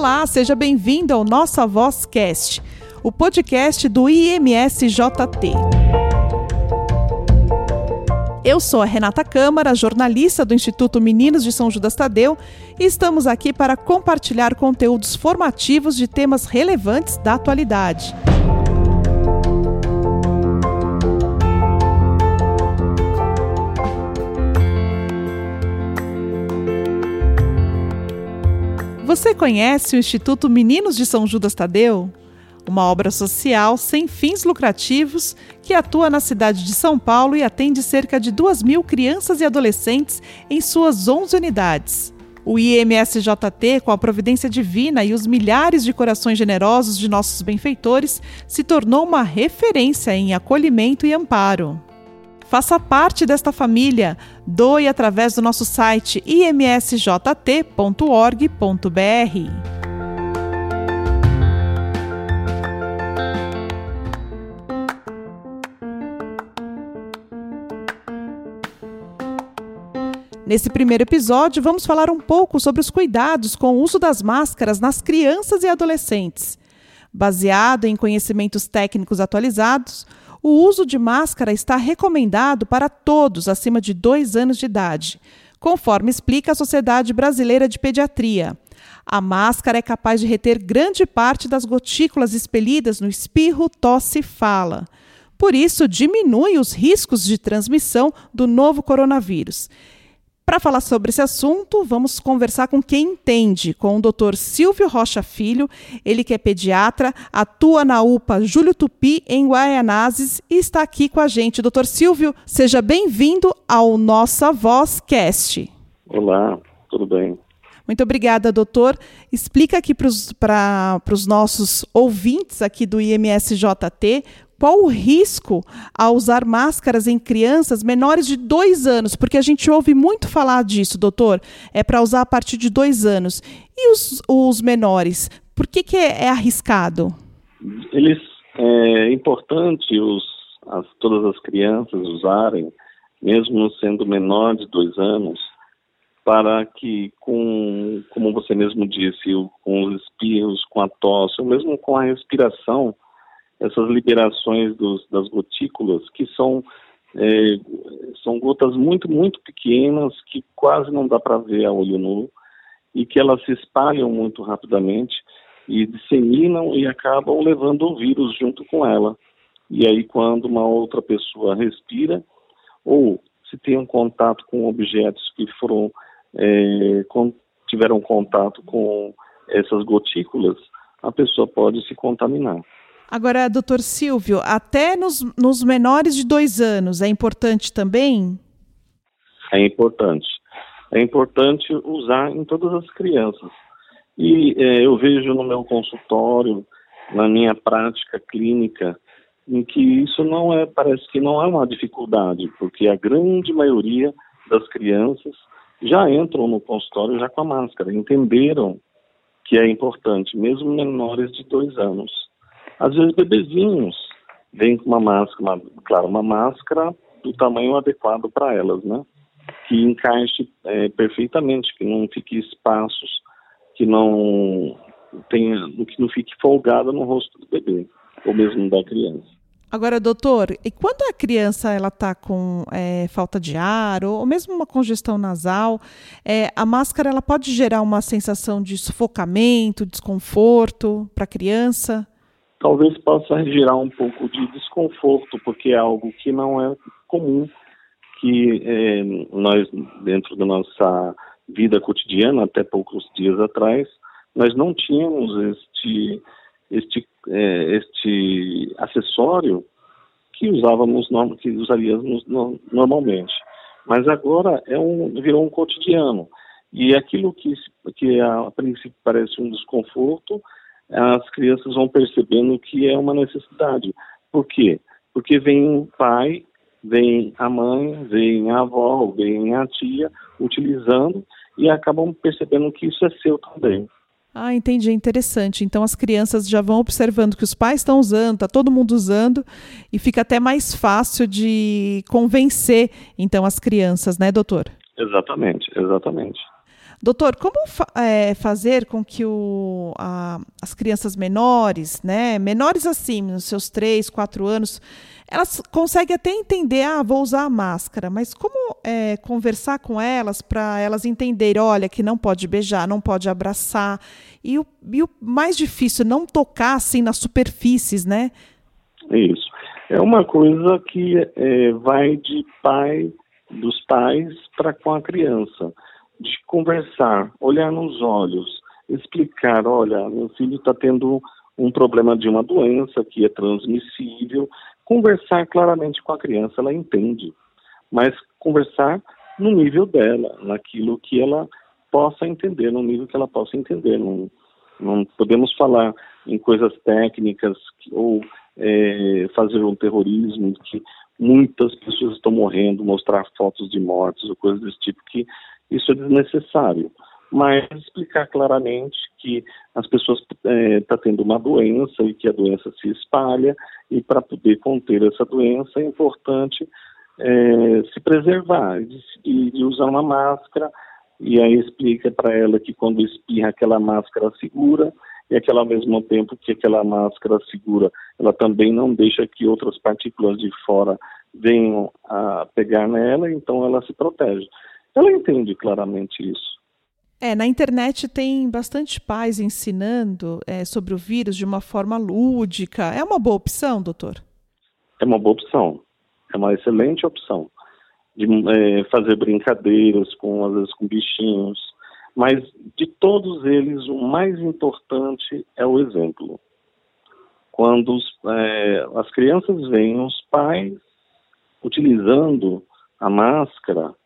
Olá, seja bem-vindo ao Nossa Voz Cast, o podcast do IMSJT. Eu sou a Renata Câmara, jornalista do Instituto Meninos de São Judas Tadeu, e estamos aqui para compartilhar conteúdos formativos de temas relevantes da atualidade. Você conhece o Instituto Meninos de São Judas Tadeu? Uma obra social sem fins lucrativos que atua na cidade de São Paulo e atende cerca de 2.000 crianças e adolescentes em suas 11 unidades. O IMSJT, com a providência divina e os milhares de corações generosos de nossos benfeitores, se tornou uma referência em acolhimento e amparo. Faça parte desta família. Doe através do nosso site imsjt.org.br. Nesse primeiro episódio, vamos falar um pouco sobre os cuidados com o uso das máscaras nas crianças e adolescentes. Baseado em conhecimentos técnicos atualizados, o uso de máscara está recomendado para todos acima de 2 anos de idade, conforme explica a Sociedade Brasileira de Pediatria. A máscara é capaz de reter grande parte das gotículas expelidas no espirro, tosse e fala. Por isso, diminui os riscos de transmissão do novo coronavírus. Para falar sobre esse assunto, vamos conversar com quem entende, com o Dr. Silvio Rocha Filho, ele que é pediatra, atua na UPA Júlio Tupi, em Guaianazes, e está aqui com a gente. Dr. Silvio, seja bem-vindo ao Nossa Voz Cast. Olá, tudo bem? Muito obrigada, doutor. Explica aqui para os nossos ouvintes aqui do IMSJT qual o risco ao usar máscaras em crianças menores de 2 anos, porque a gente ouve muito falar disso, doutor, é para usar a partir de 2 anos. E os menores, por que é arriscado? É importante todas as crianças usarem, mesmo sendo menor de 2 anos, para que, como você mesmo disse, com os espirros, com a tosse, ou mesmo com a respiração, essas liberações das gotículas, que são gotas muito, muito pequenas, que quase não dá para ver a olho nu, e que elas se espalham muito rapidamente e disseminam e acabam levando o vírus junto com ela. E aí, quando uma outra pessoa respira, ou se tem um contato com objetos que tiveram contato com essas gotículas, a pessoa pode se contaminar. Agora, doutor Silvio, até nos menores de 2 anos é importante também? É importante. É importante usar em todas as crianças. E eu vejo no meu consultório, na minha prática clínica, em que isso parece que não é uma dificuldade, porque a grande maioria das crianças já entram no consultório já com a máscara, entenderam que é importante, mesmo menores de 2 anos. Às vezes bebezinhos vêm com uma máscara, uma máscara do tamanho adequado para elas, né? Que encaixe perfeitamente, que não fique espaços, que não fique folgada no rosto do bebê, ou mesmo da criança. Agora, doutor, e quando a criança está com falta de ar ou mesmo uma congestão nasal, a máscara ela pode gerar uma sensação de sufocamento, desconforto para a criança? Talvez possa gerar um pouco de desconforto, porque é algo que não é comum, que nós, dentro da nossa vida cotidiana, até poucos dias atrás, nós não tínhamos este acessório que usaríamos normalmente. Mas agora virou um cotidiano. E aquilo que a princípio parece um desconforto, as crianças vão percebendo que é uma necessidade. Por quê? Porque vem o pai, vem a mãe, vem a avó, vem a tia utilizando e acabam percebendo que isso é seu também. Ah, entendi, interessante. Então as crianças já vão observando que os pais estão usando, está todo mundo usando, e fica até mais fácil de convencer, então, as crianças, né, doutor? Exatamente. Doutor, como fazer com que as crianças menores, né, menores assim, nos seus 3, 4 anos, elas conseguem até entender, vou usar a máscara, mas como conversar com elas para elas entenderem, olha, que não pode beijar, não pode abraçar, e o mais difícil, não tocar assim nas superfícies, né? Isso. É uma coisa que vai dos pais para com a criança, de conversar, olhar nos olhos, explicar, olha, meu filho está tendo um problema de uma doença que é transmissível, conversar claramente com a criança, ela entende, mas conversar no nível dela, naquilo que ela possa entender, no nível que ela possa entender. Não podemos falar em coisas técnicas ou fazer um terrorismo que muitas pessoas estão morrendo, mostrar fotos de mortes ou coisas desse tipo, que isso é desnecessário. Mas explicar claramente que as pessoas estão tendo uma doença e que a doença se espalha, e para poder conter essa doença é importante se preservar e de usar uma máscara, e aí explica para ela que quando espirra aquela máscara segura, e que ao mesmo tempo que aquela máscara segura, ela também não deixa que outras partículas de fora venham a pegar nela, então ela se protege. Ela entende claramente isso. Na internet tem bastante pais ensinando sobre o vírus de uma forma lúdica. É uma boa opção, doutor? É uma boa opção. É uma excelente opção de fazer brincadeiras, às vezes com bichinhos. Mas de todos eles, o mais importante é o exemplo. Quando as crianças veem os pais utilizando a máscara,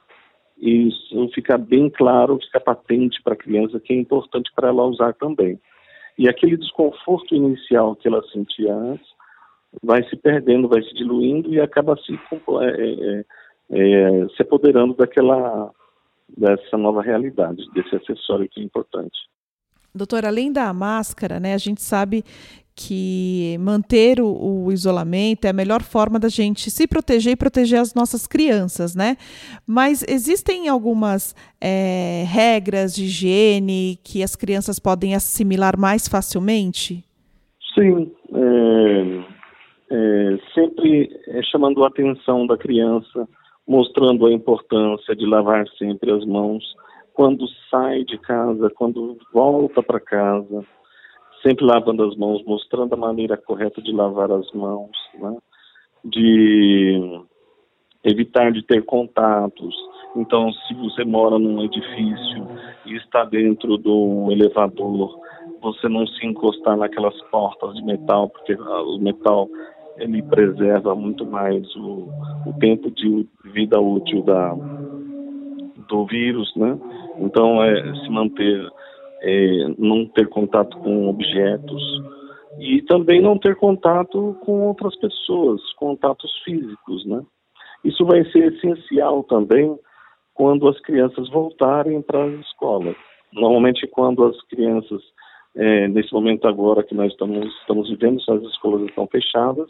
isso fica bem claro, fica patente para a criança que é importante para ela usar também. E aquele desconforto inicial que ela sentia antes vai se perdendo, vai se diluindo e acaba se apoderando dessa nova realidade, desse acessório que é importante. Doutor, além da máscara, né, a gente sabe que manter o isolamento é a melhor forma da gente se proteger e proteger as nossas crianças, né? Mas existem algumas regras de higiene que as crianças podem assimilar mais facilmente? Sim, sempre chamando a atenção da criança, mostrando a importância de lavar sempre as mãos quando sai de casa, quando volta para casa, sempre lavando as mãos, mostrando a maneira correta de lavar as mãos, né? De evitar de ter contatos. Então, se você mora num edifício e está dentro do elevador, você não se encostar naquelas portas de metal, porque o metal ele preserva muito mais o tempo de vida útil do vírus, né? Então, se manter, não ter contato com objetos e também não ter contato com outras pessoas, contatos físicos, né? Isso vai ser essencial também quando as crianças voltarem para as escolas. Normalmente, quando as crianças, nesse momento agora que nós estamos vivendo, as escolas estão fechadas,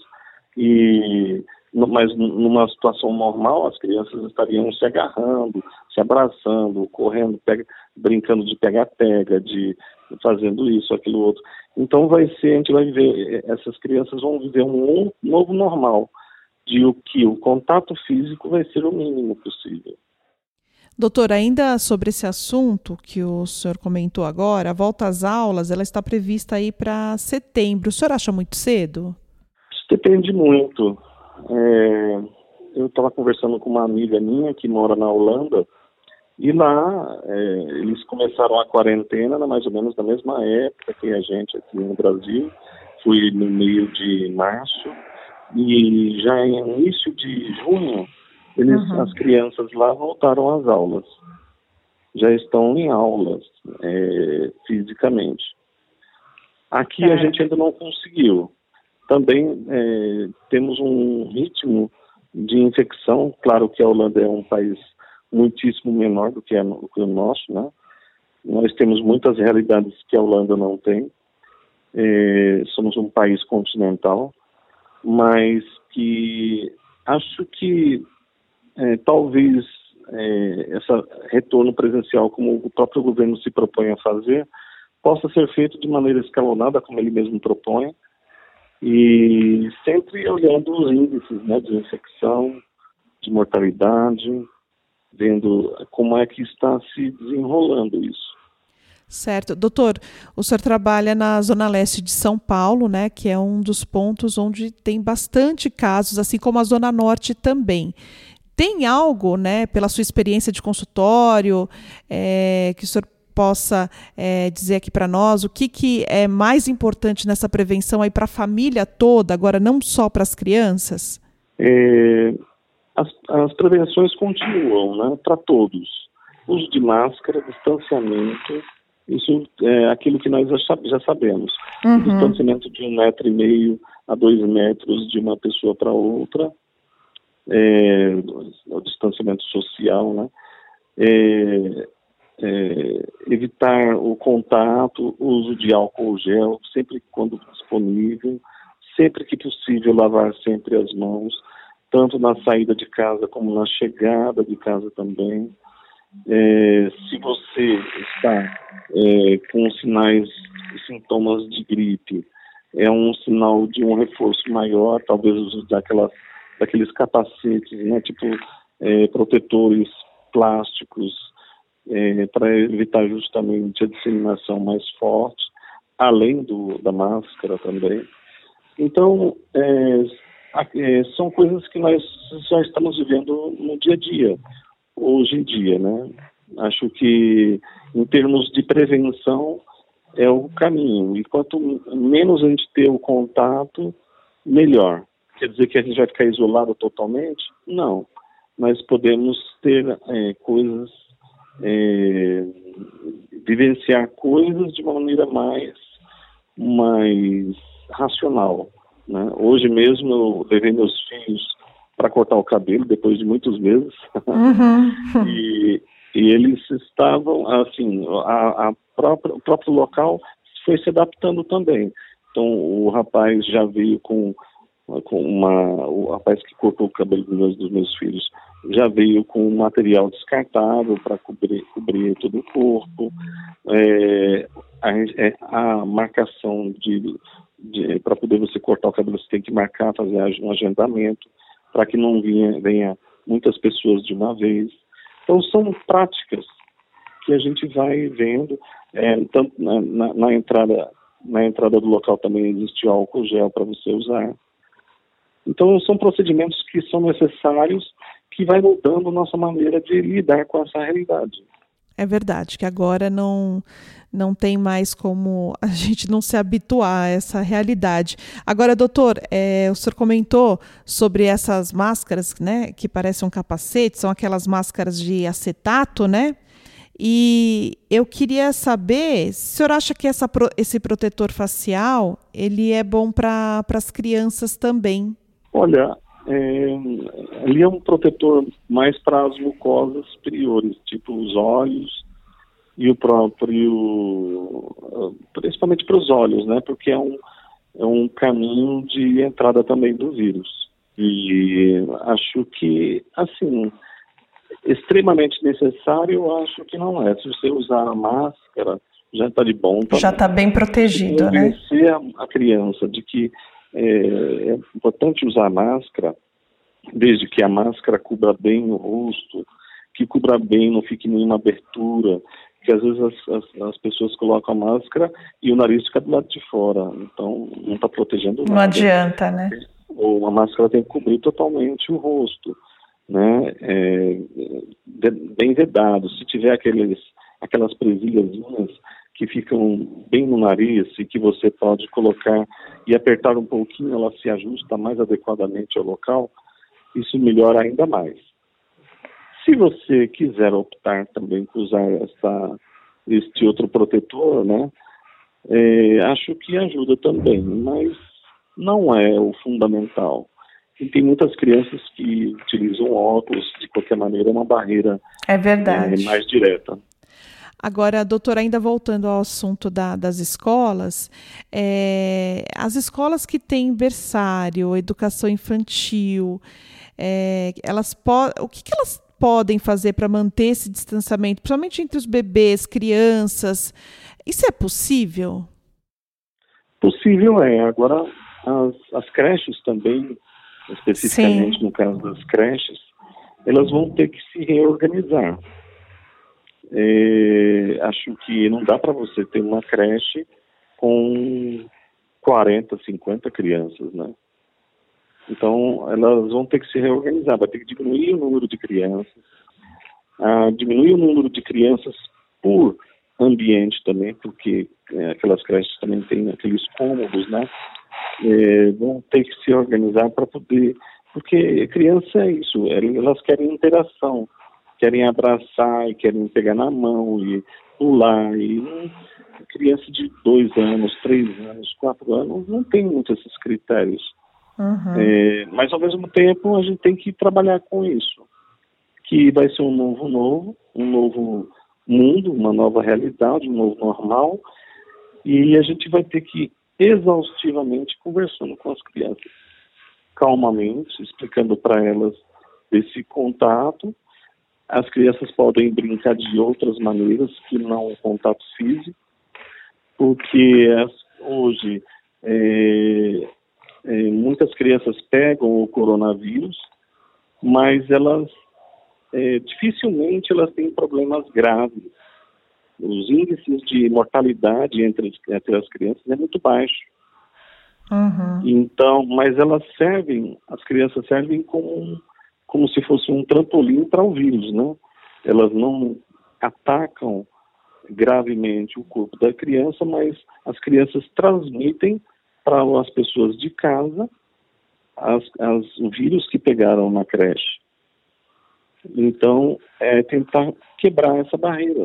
mas numa situação normal, as crianças estariam se agarrando, se abraçando, correndo, brincando de pega-pega, fazendo isso, aquilo outro. Então a gente vai viver, essas crianças vão viver um novo normal, que o contato físico vai ser o mínimo possível. Doutor, ainda sobre esse assunto que o senhor comentou agora, a volta às aulas, ela está prevista aí para setembro. O senhor acha muito cedo? Isso depende muito. Eu estava conversando com uma amiga minha que mora na Holanda, e lá eles começaram a quarentena mais ou menos na mesma época que a gente aqui no Brasil. Fui no meio de março, e já em início de junho, as crianças lá voltaram às aulas. Já estão em aulas fisicamente. Aqui a gente ainda não conseguiu. Também temos um ritmo de infecção. Claro que a Holanda é um país muitíssimo menor do que o nosso, né? Nós temos muitas realidades que a Holanda não tem. Somos um país continental, mas que acho que talvez esse retorno presencial, como o próprio governo se propõe a fazer, possa ser feito de maneira escalonada, como ele mesmo propõe, e sempre olhando os índices, né, de infecção, de mortalidade, vendo como é que está se desenrolando isso. Certo. Doutor, o senhor trabalha na Zona Leste de São Paulo, né, que é um dos pontos onde tem bastante casos, assim como a Zona Norte também. Tem algo, né, pela sua experiência de consultório, que o senhor possa dizer aqui para nós o que é mais importante nessa prevenção aí para a família toda, agora não só para as crianças? As prevenções continuam, né, para todos. Uso de máscara, distanciamento, isso é aquilo que nós já sabemos. O distanciamento de 1,5 metro a 2 metros de uma pessoa para outra, o distanciamento social, né? Evitar o contato, o uso de álcool gel, sempre quando disponível, sempre que possível lavar sempre as mãos, tanto na saída de casa como na chegada de casa também. Se você está com sinais e sintomas de gripe, é um sinal de um reforço maior, talvez o uso daqueles capacetes, né, tipo protetores plásticos, para evitar justamente a disseminação mais forte, além da máscara também. Então, são coisas que nós já estamos vivendo no dia a dia, hoje em dia, né? Acho que, em termos de prevenção, é o caminho. E quanto menos a gente ter o contato, melhor. Quer dizer que a gente vai ficar isolado totalmente? Não. Mas podemos ter coisas, vivenciar coisas de uma maneira mais racional, né? Hoje mesmo eu levei meus filhos para cortar o cabelo depois de muitos meses. E eles estavam, assim, o próprio local foi se adaptando também. Então o rapaz já veio o rapaz que cortou o cabelo dos meus filhos já veio com um material descartável para cobrir todo o corpo. A marcação para poder você cortar o cabelo, você tem que marcar, fazer um agendamento, para que não venha muitas pessoas de uma vez. Então, são práticas que a gente vai vendo. Tanto na entrada do local também existe álcool gel para você usar. Então, são procedimentos que são necessários, que vai mudando a nossa maneira de lidar com essa realidade. É verdade, que agora não tem mais como a gente não se habituar a essa realidade. Agora, doutor, o senhor comentou sobre essas máscaras, né, que parecem um capacete, são aquelas máscaras de acetato, né? E eu queria saber, se o senhor acha que esse protetor facial, ele é bom para as crianças também? Olha, ali é um protetor mais para as mucosas superiores, tipo os olhos e o próprio, principalmente para os olhos, né? Porque é um caminho de entrada também do vírus. E acho que, assim, extremamente necessário, eu acho que não é. Se você usar a máscara, já está de bom. Já está bem protegido, né? Convencer a criança de que é importante usar máscara, desde que a máscara cubra bem o rosto, que cubra bem, não fique nenhuma abertura, que às vezes as pessoas colocam a máscara e o nariz fica do lado de fora, então não está protegendo nada. Não adianta, né? Ou a máscara tem que cobrir totalmente o rosto, né? Bem vedado. Se tiver aquelas presilhazinhas que ficam bem no nariz e que você pode colocar e apertar um pouquinho, ela se ajusta mais adequadamente ao local, isso melhora ainda mais. Se você quiser optar também por usar este outro protetor, né, acho que ajuda também, mas não é o fundamental. E tem muitas crianças que utilizam óculos, de qualquer maneira, é uma barreira mais direta. Agora, doutora, ainda voltando ao assunto das escolas, as escolas que têm berçário, educação infantil, o que elas podem fazer para manter esse distanciamento, principalmente entre os bebês, crianças? Isso é possível? Possível é. Agora, as creches também, especificamente Sim. no caso das creches, elas vão ter que se reorganizar. Acho que não dá para você ter uma creche com 40, 50 crianças, né? Então, elas vão ter que se reorganizar, vai ter que diminuir o número de crianças, diminuir o número de crianças por ambiente também, porque aquelas creches também têm aqueles cômodos, né? Vão ter que se organizar para poder, porque criança é isso, elas querem interação, querem abraçar e querem pegar na mão e pular, e criança de 2 anos, 3 anos, 4 anos, não tem muito esses critérios. Uhum. Mas ao mesmo tempo a gente tem que trabalhar com isso, que vai ser um novo mundo, uma nova realidade, um novo normal, e a gente vai ter que exaustivamente conversando com as crianças, calmamente, explicando para elas esse contato. As crianças podem brincar de outras maneiras que não o contato físico, porque hoje muitas crianças pegam o coronavírus, mas elas dificilmente elas têm problemas graves. Os índices de mortalidade entre as crianças é muito baixo. Uhum. Então, mas as crianças servem como se fosse um trampolim para o vírus, né? Elas não atacam gravemente o corpo da criança, mas as crianças transmitem para as pessoas de casa o vírus que pegaram na creche. Então, tentar quebrar essa barreira.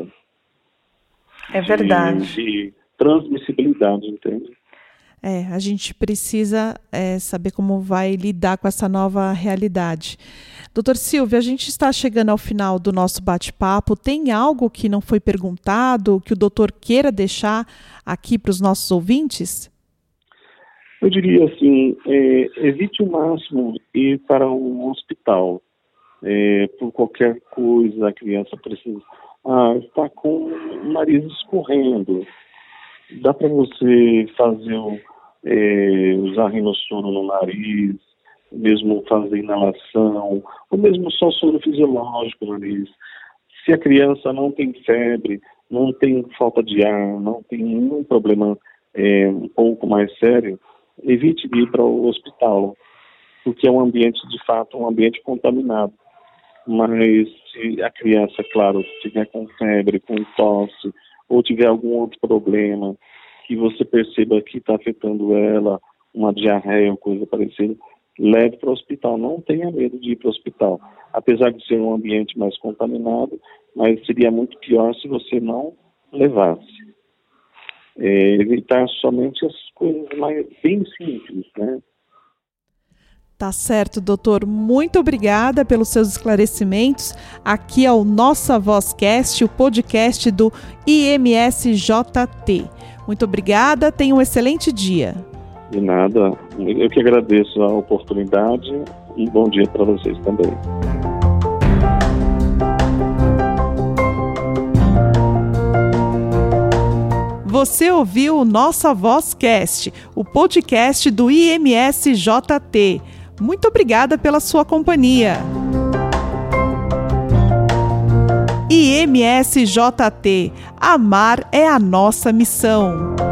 É verdade. De transmissibilidade, entende? A gente precisa saber como vai lidar com essa nova realidade. Doutor Silvio, a gente está chegando ao final do nosso bate-papo. Tem algo que não foi perguntado, que o doutor queira deixar aqui para os nossos ouvintes? Eu diria assim, evite o máximo ir para o hospital. Por qualquer coisa, a criança precisa... está com o nariz escorrendo. Dá para você fazer usar rinossoro no nariz, mesmo fazer inalação, ou mesmo só soro fisiológico no nariz. Se a criança não tem febre, não tem falta de ar, não tem nenhum problema um pouco mais sério, evite de ir para o hospital, porque é um ambiente, de fato, um ambiente contaminado. Mas se a criança, claro, estiver com febre, com tosse, ou tiver algum outro problema, que você perceba que está afetando ela, uma diarreia ou coisa parecida, leve para o hospital. Não tenha medo de ir para o hospital. Apesar de ser um ambiente mais contaminado, mas seria muito pior se você não levasse. Evitar somente as coisas bem simples, né? Tá certo, doutor. Muito obrigada pelos seus esclarecimentos. Aqui é o Nossa Vozcast, o podcast do IMSJT. Muito obrigada, tenha um excelente dia. De nada, eu que agradeço a oportunidade e bom dia para vocês também. Você ouviu o Nossa Vozcast, o podcast do IMSJT. Muito obrigada pela sua companhia. IMSJT, amar é a nossa missão.